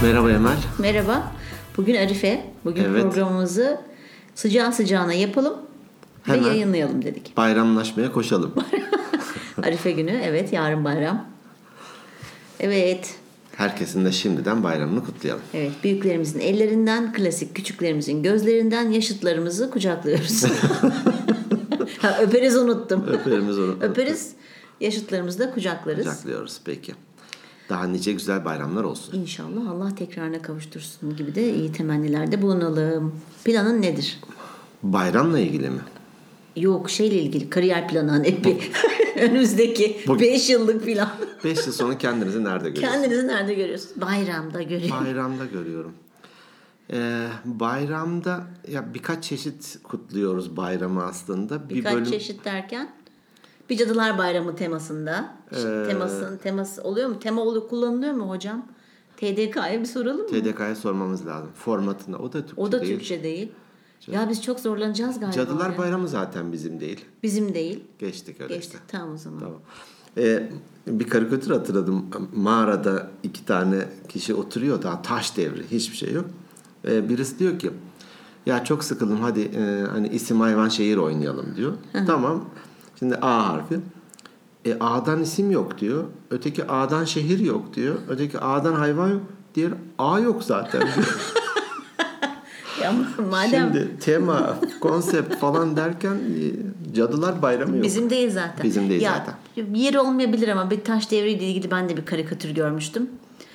Merhaba Emel. Merhaba. Bugün Arife. Bugün Evet. programımızı sıcağı sıcağına yapalım Hemen ve yayınlayalım dedik. bayramlaşmaya koşalım. Arife günü. Evet, yarın bayram. Evet. Herkesin de şimdiden bayramını kutlayalım. Evet. Büyüklerimizin ellerinden, klasik küçüklerimizin gözlerinden yaşıtlarımızı kucaklıyoruz. Öperiz unuttum. Öperimiz onu. Öperiz. Yaşıtlarımızı da kucaklarız. Kucaklıyoruz peki. Daha nice güzel bayramlar olsun. İnşallah Allah tekrarına kavuştursun gibi de iyi temennilerde bulunalım. Planın nedir? Bayramla ilgili mi? Yok, şeyle ilgili kariyer planı hani bir önümüzdeki 5 yıllık plan. 5 yıl sonra kendinizi nerede görüyorsunuz? Kendinizi nerede görüyorsunuz? Bayramda görüyorum. Bayramda görüyorum. Bayramda ya birkaç çeşit kutluyoruz bayramı aslında. Birkaç çeşit derken bir Cadılar Bayramı temasında. Teması oluyor mu? Tema kullanılıyor mu hocam? TDK'ya bir soralım mı? TDK'ya sormamız lazım. Formatında. O da Türkçe O da değil. Türkçe değil. Ya biz çok zorlanacağız galiba. Cadılar Bayramı zaten bizim değil. Bizim değil. Geçtik öyle. Geçtik. Tamam o zaman. Tamam. Bir karikatür hatırladım. Mağarada 2 tane kişi oturuyor, daha taş devri, hiçbir şey yok. Birisi diyor ki ya çok sıkıldım, hadi hani isim hayvan şehir oynayalım diyor. Tamam. Şimdi A harfi. A'dan isim yok diyor. Öteki A'dan şehir yok diyor. Öteki A'dan hayvan yok. Diğer A yok zaten diyor. Ya madem Şimdi tema, konsept falan derken Cadılar Bayramı yok. bizim değil zaten. Bizim değil ya, zaten. Yeri olmayabilir ama bir taş devriyle ilgili ben de bir karikatür görmüştüm.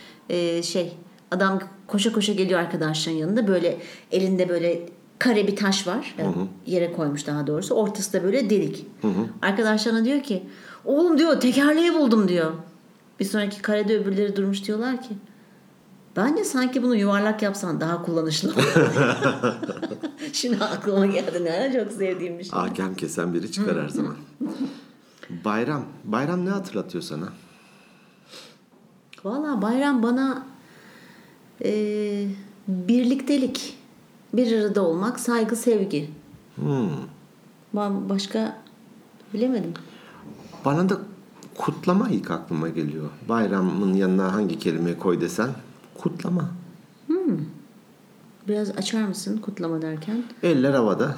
Adam koşa koşa geliyor arkadaşların yanında, böyle elinde böyle kare bir taş var. Yere koymuş daha doğrusu. Ortası da böyle delik. Arkadaşlarına diyor ki oğlum diyor tekerleği buldum diyor. Bir sonraki karede öbürleri durmuş, diyorlar ki bence sanki bunu yuvarlak yapsan daha kullanışlı olur. Şimdi aklıma geldi. Ne çok sevdiğim bir şey. Hakem kesen biri çıkar her zaman. Bayram. Bayram ne hatırlatıyor sana? Valla bayram bana birliktelik, bir arada olmak, saygı, sevgi. Başka bilemedim. Bana da kutlama ilk aklıma geliyor. Bayramın yanına hangi kelimeyi koy desen kutlama. Biraz açar mısın kutlama derken? Eller havada.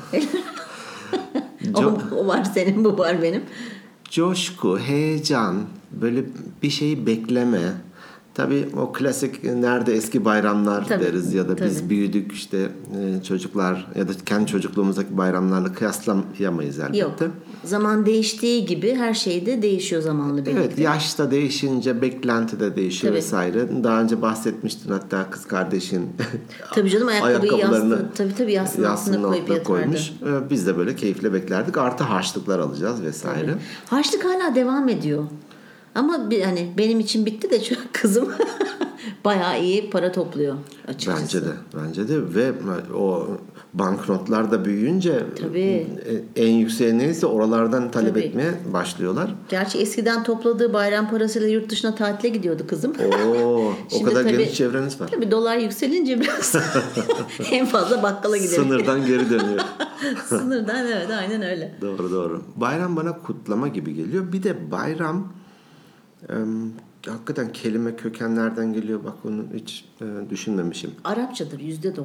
O var senin, bu var benim. Coşku, heyecan, böyle bir şeyi bekleme. Tabii o klasik nerede eski bayramlar deriz ya da biz büyüdük işte, çocuklar ya da kendi çocukluğumuzdaki bayramlarla kıyaslayamayız elbette. Yok. Zaman değiştiği gibi her şey de değişiyor zamanla birlikte. Evet, yaş da değişince beklenti de değişiyor vesaire. Daha önce bahsetmiştin hatta kız kardeşin. Tabii canım, ayakkabıyı yastığın altına koyup yatardı. Koymuş. Biz de böyle keyifle beklerdik. Artı harçlıklar alacağız vesaire. Tabii. Harçlık hala devam ediyor. Ama hani benim için bitti de kızım bayağı iyi para topluyor açıkçası. Bence de ve o banknotlar da büyüyünce tabii. En yükseği neyse oralardan talep etmeye başlıyorlar. Gerçi eskiden topladığı bayram parasıyla yurt dışına tatile gidiyordu kızım. O kadar geniş çevreniz var. Tabii dolar yükselince biraz en fazla bakkala gidelim. Sınırdan geri dönüyor. Sınırdan, evet, aynen öyle. Doğru. Bayram bana kutlama gibi geliyor. Bir de bayram hakikaten kelime kökenlerden geliyor. Bak onu hiç düşünmemişim. Arapçadır %99.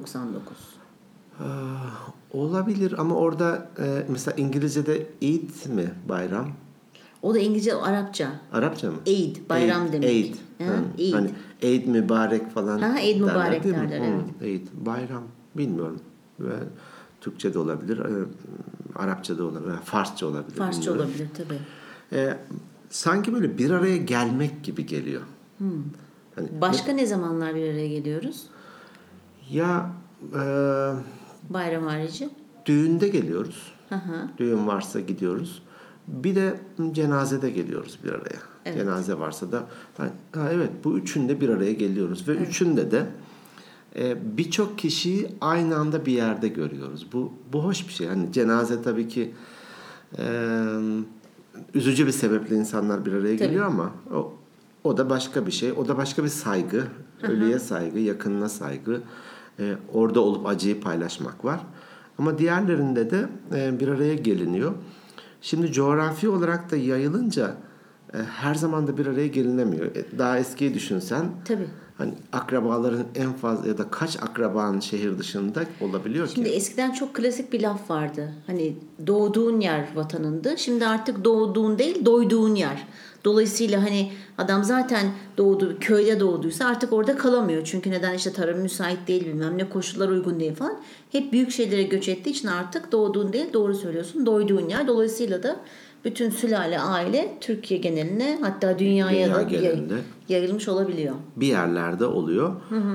Olabilir ama orada mesela İngilizce'de Eid mi bayram? O da İngilizce, Arapça. Arapça mı? Eid, bayram demek. Eid. Eid. Hani Eid mübarek falan. Eid mübarek derler. Evet. Eid, bayram bilmiyorum. Ve Türkçe de olabilir, Arapça da olabilir, Farsça olabilir. Farsça olabilir tabii. Sanki böyle bir araya gelmek gibi geliyor. Hani, başka ne zamanlar bir araya geliyoruz? Ya bayram harici? Düğünde geliyoruz. Düğün varsa gidiyoruz. Bir de cenazede geliyoruz bir araya. Evet. Cenaze varsa da evet, bu üçünde bir araya geliyoruz ve üçünde de birçok kişiyi aynı anda bir yerde görüyoruz. Bu hoş bir şey. Hani cenaze tabii ki üzücü bir sebeple insanlar bir araya geliyor ama o da başka bir şey. O da başka bir saygı. Ölüye saygı, yakınına saygı. Orada olup acıyı paylaşmak var. Ama diğerlerinde de bir araya geliniyor. Şimdi coğrafi olarak da yayılınca her zaman da bir araya gelinemiyor. Daha eskiyi düşünsen. Tabii. Hani akrabaların en fazla ya da kaç akrabanın şehir dışında olabiliyor Şimdi ki? eskiden çok klasik bir laf vardı. Hani doğduğun yer vatanındı. Şimdi artık doğduğun değil, doyduğun yer. Dolayısıyla hani adam zaten köyde doğduysa artık orada kalamıyor. Çünkü neden, işte tarım müsait değil, bilmem ne, koşullar uygun değil falan. Hep büyük şehirlere göç ettiği için artık doğduğun değil, doğru söylüyorsun, doyduğun yer. Dolayısıyla da bütün sülale, aile Türkiye geneline, hatta dünyaya da yayılmış olabiliyor. Bir yerlerde oluyor.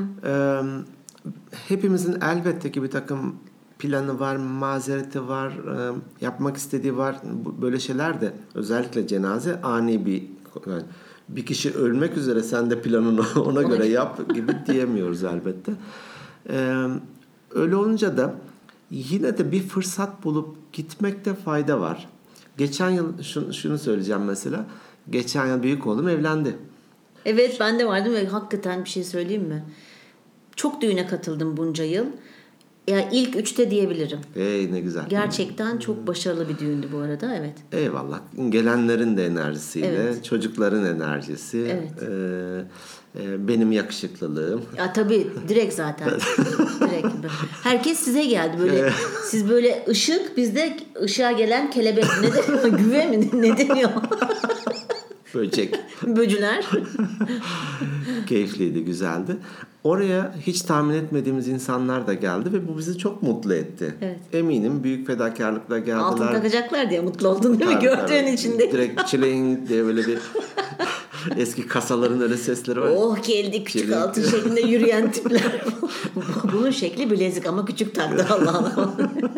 Hepimizin elbette ki bir takım planı var, mazereti var, yapmak istediği var. Böyle şeyler de, özellikle cenaze ani yani bir kişi ölmek üzere, sen de planını ona göre yap gibi diyemiyoruz elbette. Öyle olunca da yine de bir fırsat bulup gitmekte fayda var. Geçen yıl şunu söyleyeceğim mesela. Geçen yıl büyük oğlum evlendi. Evet, ben de vardım ve hakikaten bir şey söyleyeyim mi? Çok düğüne katıldım bunca yıl. Ya ilk 3'te diyebilirim. Ne güzel. Gerçekten çok başarılı bir düğündü bu arada, evet. Eyvallah. Gelenlerin de enerjisiyle, evet. Çocukların enerjisi, evet. Benim yakışıklılığım. Ya tabii direkt zaten. Direkt. Herkes size geldi böyle. Siz böyle ışık, bizde ışığa gelen kelebek. Ne deniyor? Güve mi? Ne deniyor? Böcek. Böcüler. Keyifliydi, güzeldi. Oraya hiç tahmin etmediğimiz insanlar da geldi ve bu bizi çok mutlu etti. Evet. Eminim büyük fedakarlıkla geldiler. Altın takacaklar diye mutlu oldun değil mi? Gördüğün içinde. Direkt çileğin diye böyle bir eski kasaların öyle sesleri var. Oh, geldi küçük altın şeklinde yürüyen tipler. Bunun şekli bilezik ama küçük taktı, Allah Allah.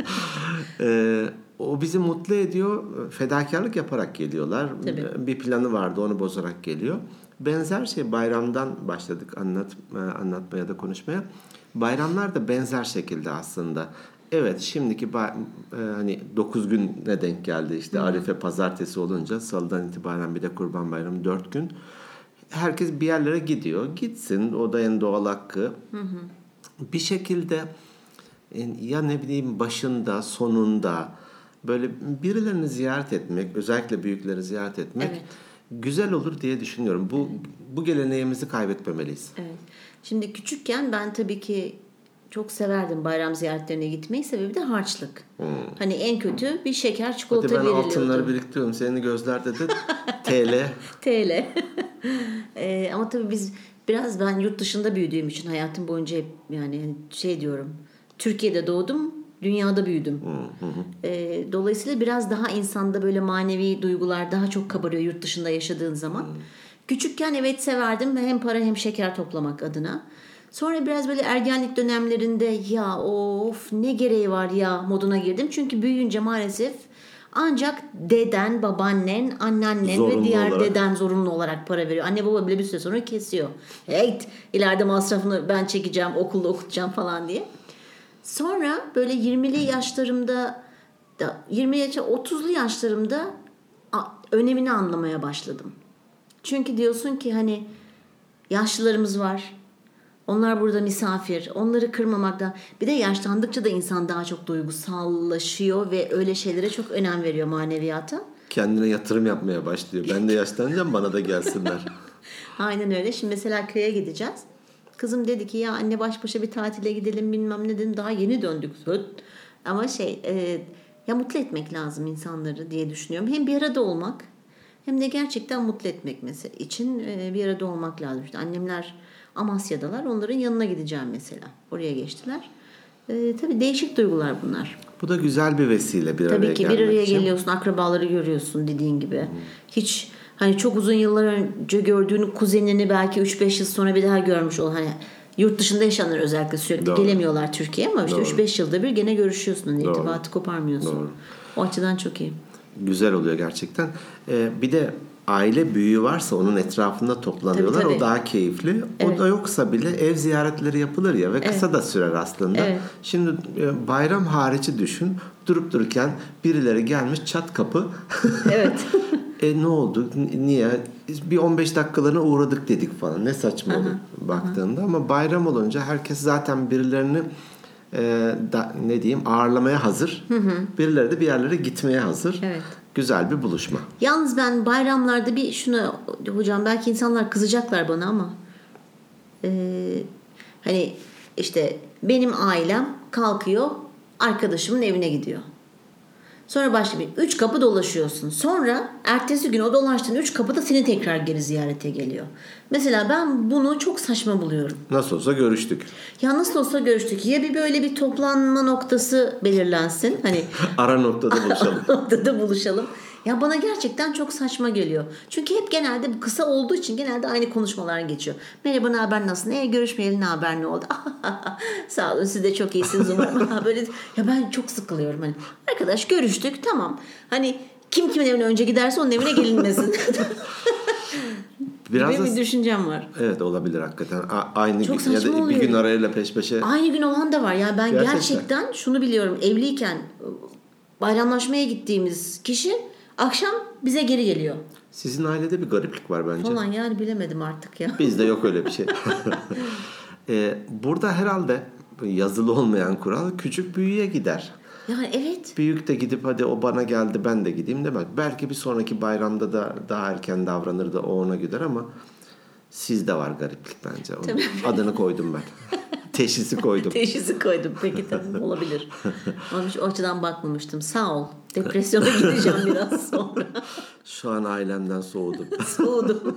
O bizi mutlu ediyor. Fedakarlık yaparak geliyorlar. Tabii. Bir planı vardı, onu bozarak geliyor. Benzer şey bayramdan başladık anlatmaya da konuşmaya. Bayramlar da benzer şekilde aslında. Evet, şimdiki hani 9 güne denk geldi işte. Arife pazartesi olunca salıdan itibaren bir de Kurban Bayramı 4 gün. Herkes bir yerlere gidiyor. Gitsin, o da en doğal hakkı. Bir şekilde ya ne bileyim başında, sonunda böyle birilerini ziyaret etmek, özellikle büyükleri ziyaret etmek güzel olur diye düşünüyorum. Bu geleneğimizi kaybetmemeliyiz. Evet. Şimdi küçükken ben tabii ki çok severdim bayram ziyaretlerine gitmeyi. Sebebi de harçlık. Hani en kötü bir şeker, çikolata veriliyordu. Hadi ben altınları biriktiriyorum. Senin gözlerde de TL. TL. Ama tabii ben yurt dışında büyüdüğüm için hayatım boyunca hep yani diyorum. Türkiye'de doğdum, dünyada büyüdüm. Dolayısıyla biraz daha insanda böyle manevi duygular daha çok kabarıyor yurt dışında yaşadığın zaman. Küçükken evet severdim, hem para hem şeker toplamak adına. Sonra biraz böyle ergenlik dönemlerinde ya of ne gereği var ya moduna girdim. Çünkü büyüyünce maalesef ancak deden, babaannen, anneannen zorunlu ve diğer olarak. deden zorunlu olarak para veriyor. Anne baba bile bir süre sonra kesiyor. Hey, ileride masrafını ben çekeceğim, okulda okutacağım falan diye. Sonra böyle 20'li yaşlarımda 30'lu yaşlarımda önemini anlamaya başladım. Çünkü diyorsun ki hani yaşlılarımız var. Onlar burada misafir. Onları kırmamaktan. Bir de yaşlandıkça da insan daha çok duygusallaşıyor ve öyle şeylere çok önem veriyor, maneviyata. Kendine yatırım yapmaya başlıyor. Ben de yaşlanacağım, bana da gelsinler. Aynen öyle. Şimdi mesela köye gideceğiz. Kızım dedi ki ya anne baş başa bir tatile gidelim bilmem ne dedim. Daha yeni döndük. Ama ya mutlu etmek lazım insanları diye düşünüyorum. Hem bir arada olmak hem de gerçekten mutlu etmek mesela için bir arada olmak lazım. İşte annemler Amasya'dalar. Onların yanına gideceğim mesela. Oraya geçtiler. Tabii değişik duygular bunlar. Bu da güzel bir vesile bir araya gelmek için. Tabii ki bir araya geliyorsun. Akrabaları görüyorsun dediğin gibi. Hiç hani çok uzun yıllar önce gördüğün kuzenini belki 3-5 yıl sonra bir daha görmüş ol. Hani yurt dışında yaşayanlar özellikle sürekli gelemiyorlar Türkiye'ye ama işte 3-5 yılda bir gene görüşüyorsun. İrtibatı koparmıyorsun. Doğru. O açıdan çok iyi. Güzel oluyor gerçekten. Bir de aile büyüğü varsa onun etrafında toplanıyorlar. Tabii. O daha keyifli. Evet. O da yoksa bile ev ziyaretleri yapılır ya ve kısa da sürer aslında. Evet. Şimdi bayram harici düşün. Durup dururken birileri gelmiş çat kapı. Evet. Ne oldu? Niye? Bir 15 dakikalarına uğradık dedik falan. Ne saçma olur baktığında. Ama bayram olunca herkes zaten birilerini ne diyeyim ağırlamaya hazır. Birileri de bir yerlere gitmeye hazır. Evet. Güzel bir buluşma. Yalnız ben bayramlarda hocam belki insanlar kızacaklar bana ama Hani işte benim ailem kalkıyor arkadaşımın evine gidiyor. Sonra başka 3 kapı dolaşıyorsun. Sonra ertesi gün o dolaştığın 3 kapı da seni tekrar geri ziyarete geliyor. Mesela ben bunu çok saçma buluyorum. Nasıl olsa görüştük. Ya nasıl olsa görüştük. Ya bir böyle bir toplanma noktası belirlensin. Hani Ara noktada buluşalım. noktada buluşalım. Ya bana gerçekten çok saçma geliyor. Çünkü hep genelde bu kısa olduğu için genelde aynı konuşmalar geçiyor. Merhaba, ne haber, nasılsın? Görüşmeyeli, ne haber, ne oldu? Sağ olun, siz de çok iyisiniz umarım. Böyle ya ben çok sıkılıyorum. Hani arkadaş görüştük, tamam. Hani kim kimin evine önce giderse onun evine gelinmesin. Biraz gibi bir düşüncem var. Evet, olabilir hakikaten. Aynı çok gün ya da oluyor. bir gün arayla peş peşe. Aynı gün olan da var. Ya ben gerçekten şunu biliyorum. Evliyken bayramlaşmaya gittiğimiz kişi akşam bize geri geliyor. Sizin ailede bir gariplik var bence. Falan yani, bilemedim artık ya. Bizde yok öyle bir şey. Burada herhalde yazılı olmayan kural küçük büyüğe gider. Yani evet. Büyük de gidip hadi o bana geldi ben de gideyim demez. Belki bir sonraki bayramda da daha erken davranır da o ona gider ama sizde var gariplik bence. Onun adını koydum ben. Teşhisi koydum. Teşhisi koydum. Peki tamam, olabilir. Ama hiç o açıdan bakmamıştım. Sağ ol. Depresyona gideceğim biraz sonra. Şu an ailemden soğudum. Soğudum.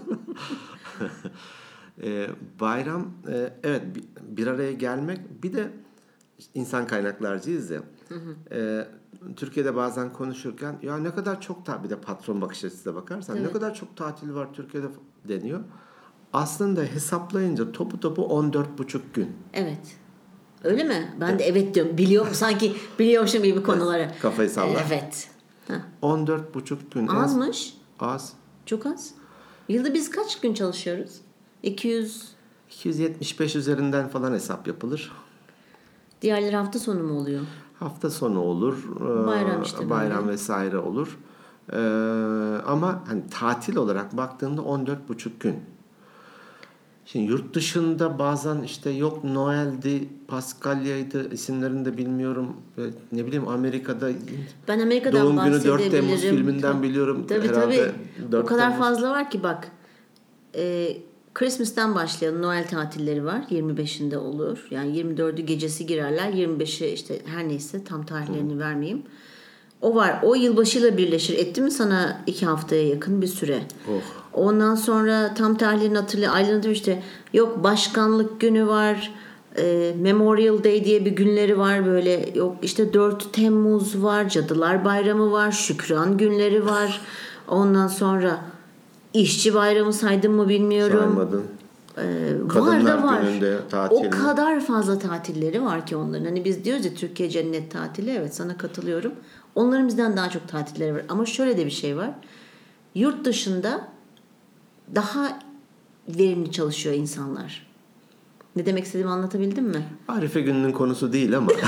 Bayram evet bir araya gelmek, bir de insan kaynaklarcıyız ya. Türkiye'de bazen konuşurken ya ne kadar çok bir de patron bakış açısıyla bakarsan ne kadar çok tatil var Türkiye'de deniyor. Aslında hesaplayınca topu 14,5 gün. Evet. Öyle mi? Ben de evet diyorum. Biliyorum, sanki biliyormuşum gibi konuları. Kafayı sallar. Evet. 14,5 gün. Azmış. Az. Çok az. Yılda biz kaç gün çalışıyoruz? 275 üzerinden falan hesap yapılır. Diğerleri hafta sonu mu oluyor? Hafta sonu olur. Bayram işte. Bayram vesaire olur. Ama hani tatil olarak baktığında 14,5 gün. Şimdi yurt dışında bazen işte yok Noel'di, Paskalya'ydı, isimlerini de bilmiyorum. Ne bileyim Amerika'da ben Amerika'dan Doğum Günü 4 bahsedebilirim. Temmuz filminden biliyorum. Tabii. 4 o kadar Temmuz. fazla var ki bak. Christmas'tan başlayalım. Noel tatilleri var. 25'inde olur. Yani 24'ü gecesi girerler. 25'i işte her neyse, tam tarihlerini vermeyeyim. O var. O yılbaşıyla birleşir. Etti mi sana 2 haftaya yakın bir süre. Oh. Ondan sonra tam tarihlerini hatırlıyorum işte. Yok başkanlık günü var. Memorial Day diye bir günleri var böyle. Yok işte 4 Temmuz var. Cadılar Bayramı var. Şükran günleri var. Ondan sonra İşçi Bayramı saydım mı bilmiyorum. Saymadın. Kadınlar var. Gününde tatil. O kadar fazla tatilleri var ki onların. Hani biz diyoruz ya Türkiye cennet tatili. Evet, sana katılıyorum. Onların bizden daha çok tatilleri var. Ama şöyle de bir şey var. Yurt dışında daha verimli çalışıyor insanlar. Ne demek istediğimi anlatabildim mi? Arife gününün konusu değil ama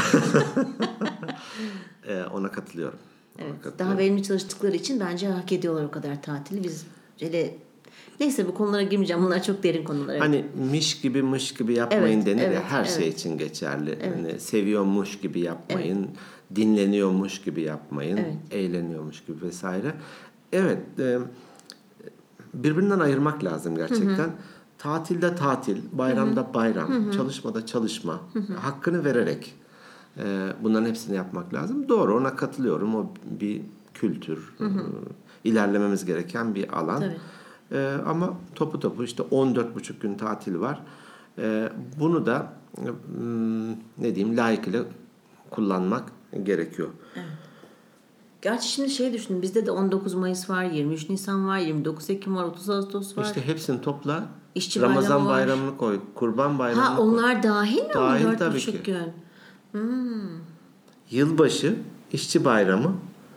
ona katılıyorum. Evet, daha verimli çalıştıkları için bence hak ediyorlar o kadar tatili. Biz neyse, bu konulara girmeyeceğim. Bunlar çok derin konular. Evet. Hani mış gibi yapmayın denir ya, her şey evet. için geçerli. Evet. Hani seviyormuş gibi yapmayın, dinleniyormuş gibi yapmayın, eğleniyormuş gibi vesaire. Evet, birbirinden ayırmak lazım gerçekten. Tatilde tatil, bayramda bayram, çalışmada çalışma, hakkını vererek bunların hepsini yapmak lazım. Doğru, ona katılıyorum. O bir kültür, ilerlememiz gereken bir alan. Ama topu işte 14,5 gün tatil var. Bunu da ne diyeyim, layıkıyla kullanmak gerekiyor. Evet. Gerçi şimdi düşünün, bizde de 19 Mayıs var, 23 Nisan var, 29 Ekim var, 30 Ağustos var. İşte hepsini topla. İşçi Ramazan bayramı bayramını koy, Kurban bayramını koy. onlar dahil mi? Dahil 14,5 tabii ki. gün. Yılbaşı, işçi bayramı,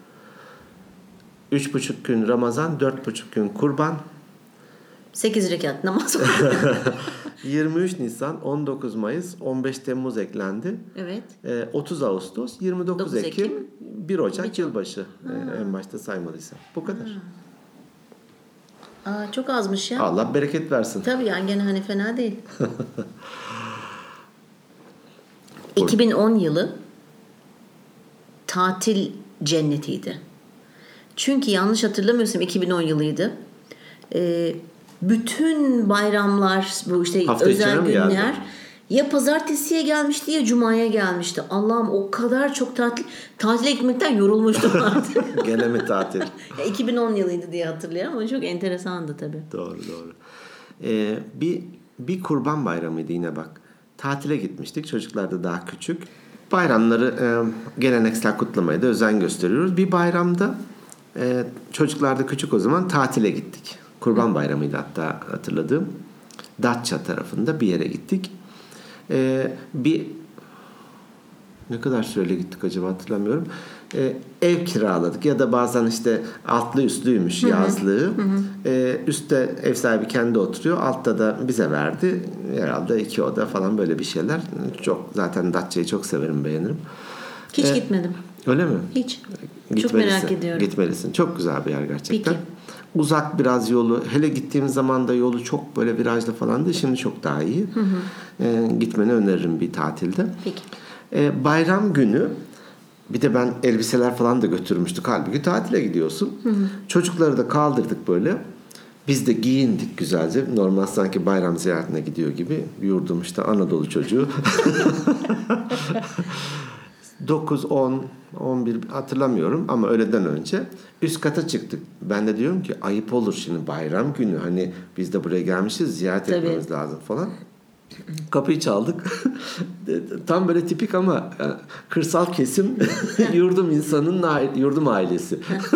3,5 gün Ramazan, 4,5 gün Kurban. 8 rekat namaz var. 23 Nisan, 19 Mayıs, 15 Temmuz eklendi. Evet. 30 Ağustos, 29 9 Ekim, Ekim, 1 Ocak yılbaşı. En başta saymadıysam. Bu kadar. Çok azmış ya. Allah bereket versin. Tabii yani gene hani fena değil. 2010 yılı tatil cennetiydi. Çünkü yanlış hatırlamıyorsam 2010 yılıydı. bütün bayramlar, bu işte Hafta özel içine mi geldi? günler ya pazartesiye gelmişti ya cumaya gelmişti. Allah'ım o kadar çok tatile gitmekten yorulmuştum artık. Gene mi tatil? Ya 2010 yılıydı diye hatırlıyorum ama çok enteresandı tabii. Doğru. Bir kurban bayramıydı yine bak. Tatile gitmiştik. Çocuklar da daha küçük. Bayramları geleneksel kutlamaya da özen gösteriyoruz. Bir bayramda çocuklar da küçük o zaman tatile gittik. Kurban bayramıydı hatta hatırladığım. Datça tarafında bir yere gittik. Ne kadar süreyle gittik acaba hatırlamıyorum. Ev kiraladık ya da bazen işte altlı üstlüymüş yazlığı. Üstte ev sahibi kendi oturuyor. Altta da bize verdi. Herhalde 2 oda falan böyle bir şeyler. Çok zaten Datça'yı çok severim, beğenirim. Hiç gitmedim. Öyle mi? Hiç. Çok merak ediyorum. Gitmelisin. Çok güzel bir yer gerçekten. Peki. Uzak biraz yolu. Hele gittiğim zaman da yolu çok böyle virajlı falandı. Şimdi çok daha iyi. Gitmeni öneririm bir tatilde. Peki. Bayram günü bir de ben elbiseler falan da götürmüştük. Halbuki tatile gidiyorsun. Çocukları da kaldırdık böyle. Biz de giyindik güzelce. Normal sanki bayram ziyaretine gidiyor gibi. Yurdum işte Anadolu çocuğu. 9, 10, 11 hatırlamıyorum ama öğleden önce üst kata çıktık. Ben de diyorum ki ayıp olur şimdi bayram günü. Hani biz de buraya gelmişiz, ziyaret etmemiz lazım falan. Kapıyı çaldık. Tam böyle tipik ama kırsal kesim yurdum ailesi.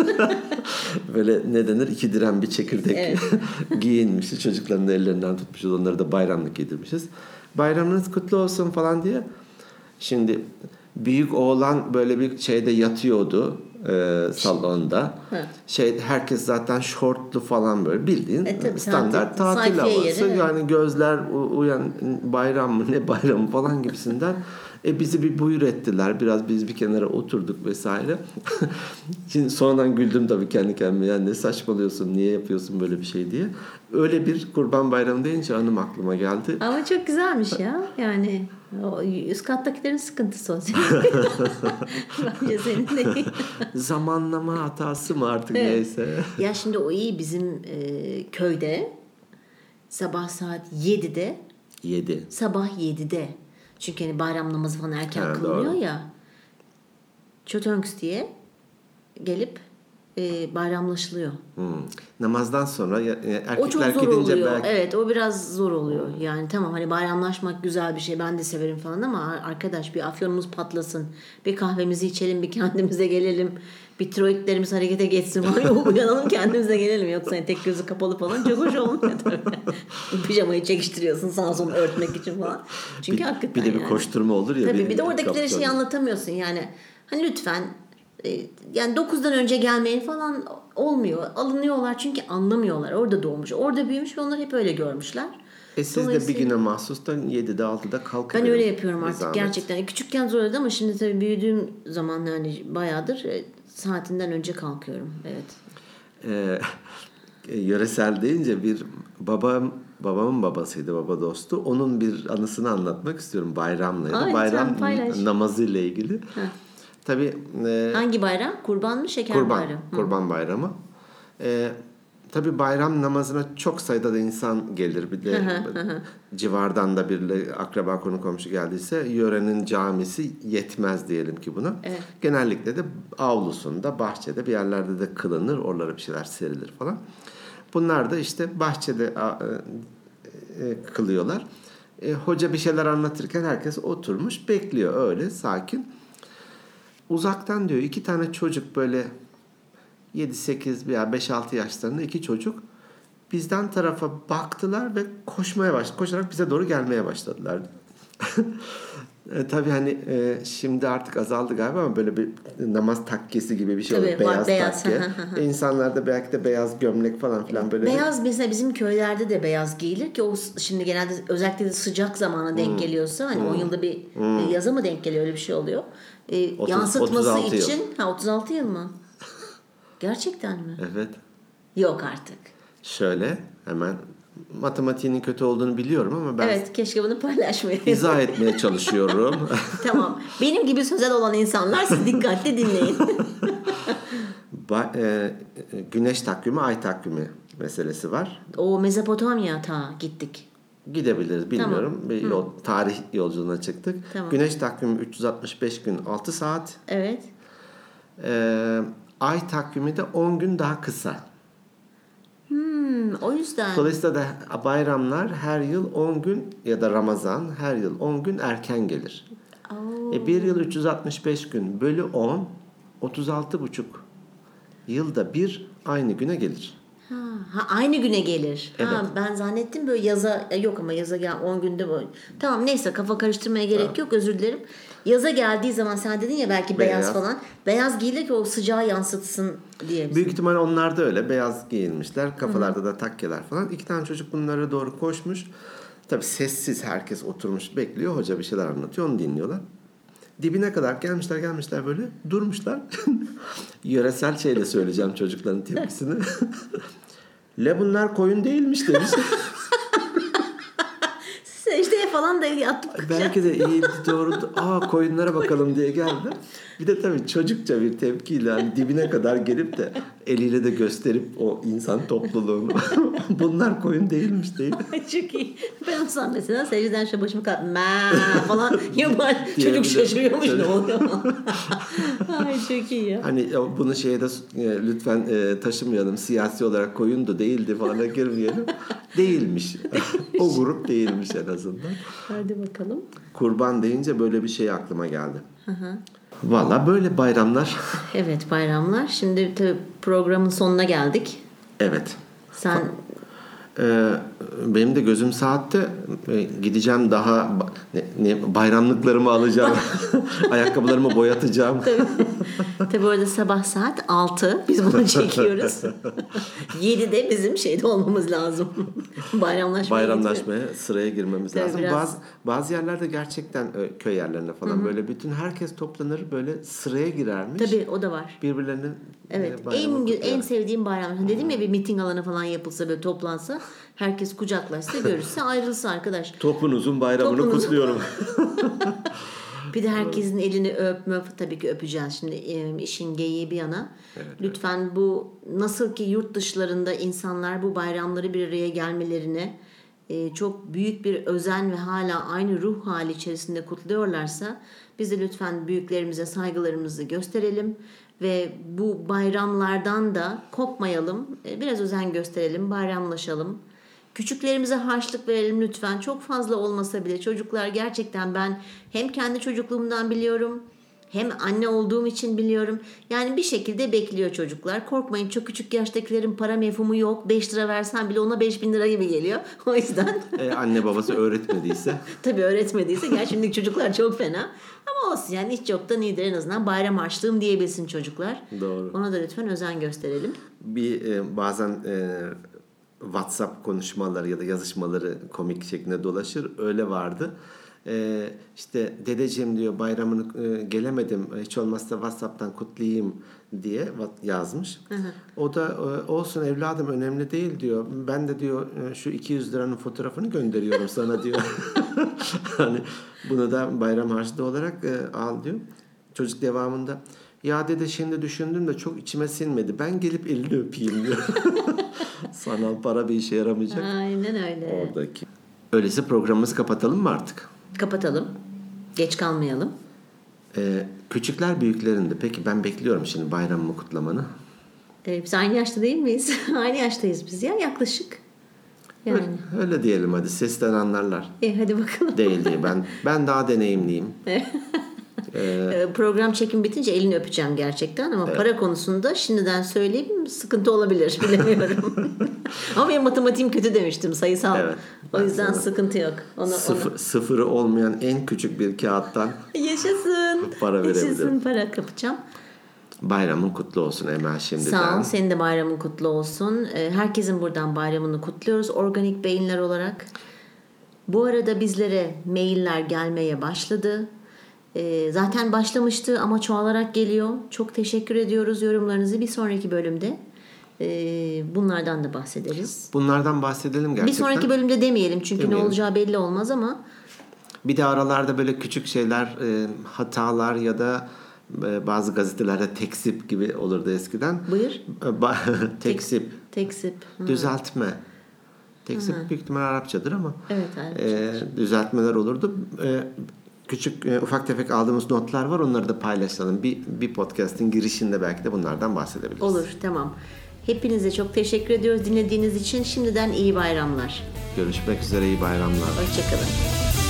Böyle ne denir? 2 dirhem bir çekirdek giyinmişiz. Çocukların da ellerinden tutmuşuz. Onları da bayramlık giydirmişiz. Bayramınız kutlu olsun falan diye. Şimdi büyük oğlan böyle bir şeyde yatıyordu salonda. Herkes zaten şortlu falan böyle bildiğin standart tatil havası. Yani gözler uyan bayram mı ne bayramı falan gibisinden. Bizi bir buyur ettiler. Biraz biz bir kenara oturduk vesaire. Şimdi sonradan güldüm tabii kendi kendime. Yani ne saçmalıyorsun, niye yapıyorsun böyle bir şey diye. Öyle bir kurban bayramı deyince anım aklıma geldi. Ama çok güzelmiş ya. Yani o üst kattakilerin sıkıntısı o. Bence senin değil. Zamanlama hatası mı artık neyse. Ya şimdi o iyi bizim köyde sabah saat 7'de. Sabah 7'de. Çünkü hani bayram namazı falan erken kılınıyor ya. Çötönks diye gelip bayramlaşılıyor. Namazdan sonra erkekler o çok zor gidince oluyor. belki... Evet, o biraz zor oluyor. Yani tamam hani bayramlaşmak güzel bir şey. Ben de severim falan ama arkadaş bir afyonumuz patlasın. Bir kahvemizi içelim, bir kendimize gelelim. Bir tiroidlerimiz harekete geçsin. Uyanalım kendimize gelelim. Yoksa tek gözü kapalı falan çok hoş olmuyor tabii. Pijamayı çekiştiriyorsun sağa sola örtmek için falan. Çünkü hakikaten bir de bir koşturma olur ya. Tabii bir de oradakilere şey anlatamıyorsun yani. Hani lütfen yani 9'dan önce gelmeyin falan olmuyor. Alınıyorlar çünkü anlamıyorlar. Orada doğmuş, orada büyümüş ve onlar hep öyle görmüşler. Siz de bir güne mahsus da 7'de 6'da kalkın. Ben öyle yapıyorum artık gerçekten. Küçükken zor oldu ama şimdi tabii büyüdüğüm zaman yani bayağıdır saatinden önce kalkıyorum. Evet. Yöresel deyince bir babamın babasıydı, baba dostu. Onun bir anısını anlatmak istiyorum bayramla. Bayram namazıyla ilgili. Tabii hangi bayram? Kurban mı, şeker bayramı? Kurban bayramı. Tabii bayram namazına çok sayıda da insan gelir. Bir de civardan da biriyle akraba konu komşu geldiyse yörenin camisi yetmez diyelim ki buna. Evet. Genellikle de avlusunda, bahçede bir yerlerde de kılınır. Oralara bir şeyler serilir falan. Bunlar da işte bahçede kılıyorlar. Hoca bir şeyler anlatırken herkes oturmuş bekliyor öyle sakin. Uzaktan diyor 2 tane çocuk böyle 7-8 veya 5-6 yaşlarında 2 çocuk bizden tarafa baktılar ve koşarak bize doğru gelmeye başladılar. Tabii hani şimdi artık azaldı galiba ama böyle bir namaz takkesi gibi bir şey oluyor. Beyaz takke. İnsanlarda belki de beyaz gömlek falan filan böyle. Beyaz mesela bizim köylerde de beyaz giyilir ki o şimdi genelde özellikle de sıcak zamana denk geliyorsa hani 10 yılda bir yaza mı denk geliyor öyle bir şey oluyor. Yansıtması için. 36 yıl mı? Gerçekten mi? Evet. Yok artık. Şöyle hemen matematiğinin kötü olduğunu biliyorum ama ben evet keşke bunu paylaşmayayım. İzah etmeye çalışıyorum. Tamam. Benim gibi sözel olan insanlar siz dikkatli dinleyin. Güneş takvimi, ay takvimi meselesi var. O Mezopotamya gittik. Gidebiliriz bilmiyorum. Bir tarih yolculuğuna çıktık. Tamam. Güneş takvimi 365 gün 6 saat. Evet. Ay takvimi de 10 gün daha kısa. O yüzden. Dolayısıyla da bayramlar her yıl 10 gün ya da Ramazan her yıl 10 gün erken gelir. Bir yıl 365 gün bölü 10 36,5 yılda bir aynı güne gelir. Aynı güne gelir. Evet. Ben zannettim böyle yaza yok ama yaza gel 10 günde böyle. Tamam neyse kafa karıştırmaya gerek yok, özür dilerim. Yaza geldiği zaman sen dedin ya belki beyaz falan. Beyaz giyilir ki o sıcağı yansıtsın diye. Büyük ihtimal onlar da öyle beyaz giyinmişler. Kafalarda da takkeler falan. 2 tane çocuk bunlara doğru koşmuş. Tabii sessiz herkes oturmuş bekliyor. Hoca bir şeyler anlatıyor, onu dinliyorlar. Dibine kadar gelmişler böyle durmuşlar. Yöresel şeyle söyleyeceğim çocukların tepkisini. Le bunlar koyun değilmiş demiş. Secdeye falan da attık. Belki de eğildi doğruldu. Koyunlara bakalım diye geldi. Bir de tabii çocukça bir tepkiyle hani dibine kadar gelip de eliyle de gösterip o insan topluluğunu bunlar koyun değilmiş değil. Çok iyi. Ben olsam mesela secdeden şöyle başımı kalktım falan yabancı çocuk şaşırıyormuş ne oluyor. Ay çok iyi ya. Hani bunu şeye de lütfen taşımayalım, siyasi olarak koyun da değildi falan girmeyelim. Değilmiş. O grup değilmiş en azından. Hadi bakalım. Kurban deyince böyle bir şey aklıma geldi. Valla böyle bayramlar. Evet bayramlar. Şimdi tabii programın sonuna geldik. Evet. Sen benim de gözüm saatte gideceğim daha bayramlıklarımı alacağım. Ayakkabılarımı boyatacağım. Tabii orada sabah saat 6 biz bunu çekiyoruz. 7'de bizim şeyde olmamız lazım. Bayramlaşmaya sıraya girmemiz tabii lazım. Biraz... Bazı yerlerde gerçekten köy yerlerinde falan böyle bütün herkes toplanır böyle sıraya girermiş. Tabii o da var. Birbirlerinin evet en sevdiğim bayram. Dedim ya bir miting alanı falan yapılsa böyle toplansa herkes kucaklaşsa görüşse ayrılsa arkadaş. Topunuzun bayramını kutluyorum. Bir de herkesin elini öpme tabii ki öpeceğiz. Şimdi işin geyiği bir yana. Evet, lütfen bu nasıl ki yurt dışlarında insanlar bu bayramları bir araya gelmelerine çok büyük bir özen ve hala aynı ruh hali içerisinde kutluyorlarsa biz de lütfen büyüklerimize saygılarımızı gösterelim ve bu bayramlardan da kopmayalım. Biraz özen gösterelim, bayramlaşalım. Küçüklerimize harçlık verelim lütfen. Çok fazla olmasa bile çocuklar gerçekten ben hem kendi çocukluğumdan biliyorum hem anne olduğum için biliyorum. Yani bir şekilde bekliyor çocuklar. Korkmayın çok küçük yaştakilerin para mefhumu yok. 5 lira versen bile ona 5.000 lira gibi geliyor. O yüzden. Anne babası öğretmediyse. Tabii öğretmediyse. Gerçi şimdiki çocuklar çok fena. Ama olsun yani hiç yoktan iyidir en azından bayram harçlığım diyebilsin çocuklar. Doğru. Ona da lütfen özen gösterelim. Bazen WhatsApp konuşmaları ya da yazışmaları komik şeklinde dolaşır. Öyle vardı. İşte dedeciğim diyor bayramını gelemedim. Hiç olmazsa WhatsApp'tan kutlayayım diye yazmış. O da olsun evladım önemli değil diyor. Ben de diyor şu 200 liranın fotoğrafını gönderiyorum sana diyor. Hani bunu da bayram harçlığı olarak al diyor. Çocuk devamında ya dede şimdi düşündüm de çok içime sinmedi. Ben gelip elini öpeyim diyor. Sanal para bir işe yaramayacak. Aynen öyle. Oradaki. Öyleyse programımızı kapatalım mı artık? Kapatalım. Geç kalmayalım. Küçükler büyüklerinde. Peki ben bekliyorum şimdi bayramımı kutlamanı. Biz aynı yaşta değil miyiz? Aynı yaştayız biz ya yaklaşık. Yani. Öyle diyelim hadi sesten anlarlar. Hadi bakalım. Değil diye ben daha deneyimliyim. Program çekim bitince elini öpeceğim gerçekten ama para konusunda şimdiden söyleyeyim sıkıntı olabilir bilemiyorum. Ama benim matematiğim kötü demiştim sayısal. Evet, o yüzden sıkıntı yok. Sıfırı olmayan en küçük bir kağıttan yaşasın. Para verebilirim. Yaşasın para kapacağım. Bayramın kutlu olsun Emel şimdiden. Sağ ol. Senin de bayramın kutlu olsun. Herkesin buradan bayramını kutluyoruz organik beyinler olarak. Bu arada bizlere mailler gelmeye başladı. Zaten başlamıştı ama çoğalarak geliyor. Çok teşekkür ediyoruz yorumlarınızı. Bir sonraki bölümde bunlardan da bahsederiz. Bunlardan bahsedelim gerçekten. Bir sonraki bölümde demeyelim çünkü ne olacağı belli olmaz ama. Bir de aralarda böyle küçük şeyler, hatalar ya da bazı gazetelerde teksip gibi olurdu eskiden. Buyur. Teksip. Teksip. Düzeltme. Teksip büyük ihtimal Arapçadır ama Evet, Arapçadır. Düzeltmeler olurdu. Küçük ufak tefek aldığımız notlar var. Onları da paylaşalım. Bir podcast'in girişinde belki de bunlardan bahsedebiliriz. Olur, tamam. Hepinize çok teşekkür ediyoruz dinlediğiniz için. Şimdiden iyi bayramlar. Görüşmek üzere, iyi bayramlar. Hoşçakalın.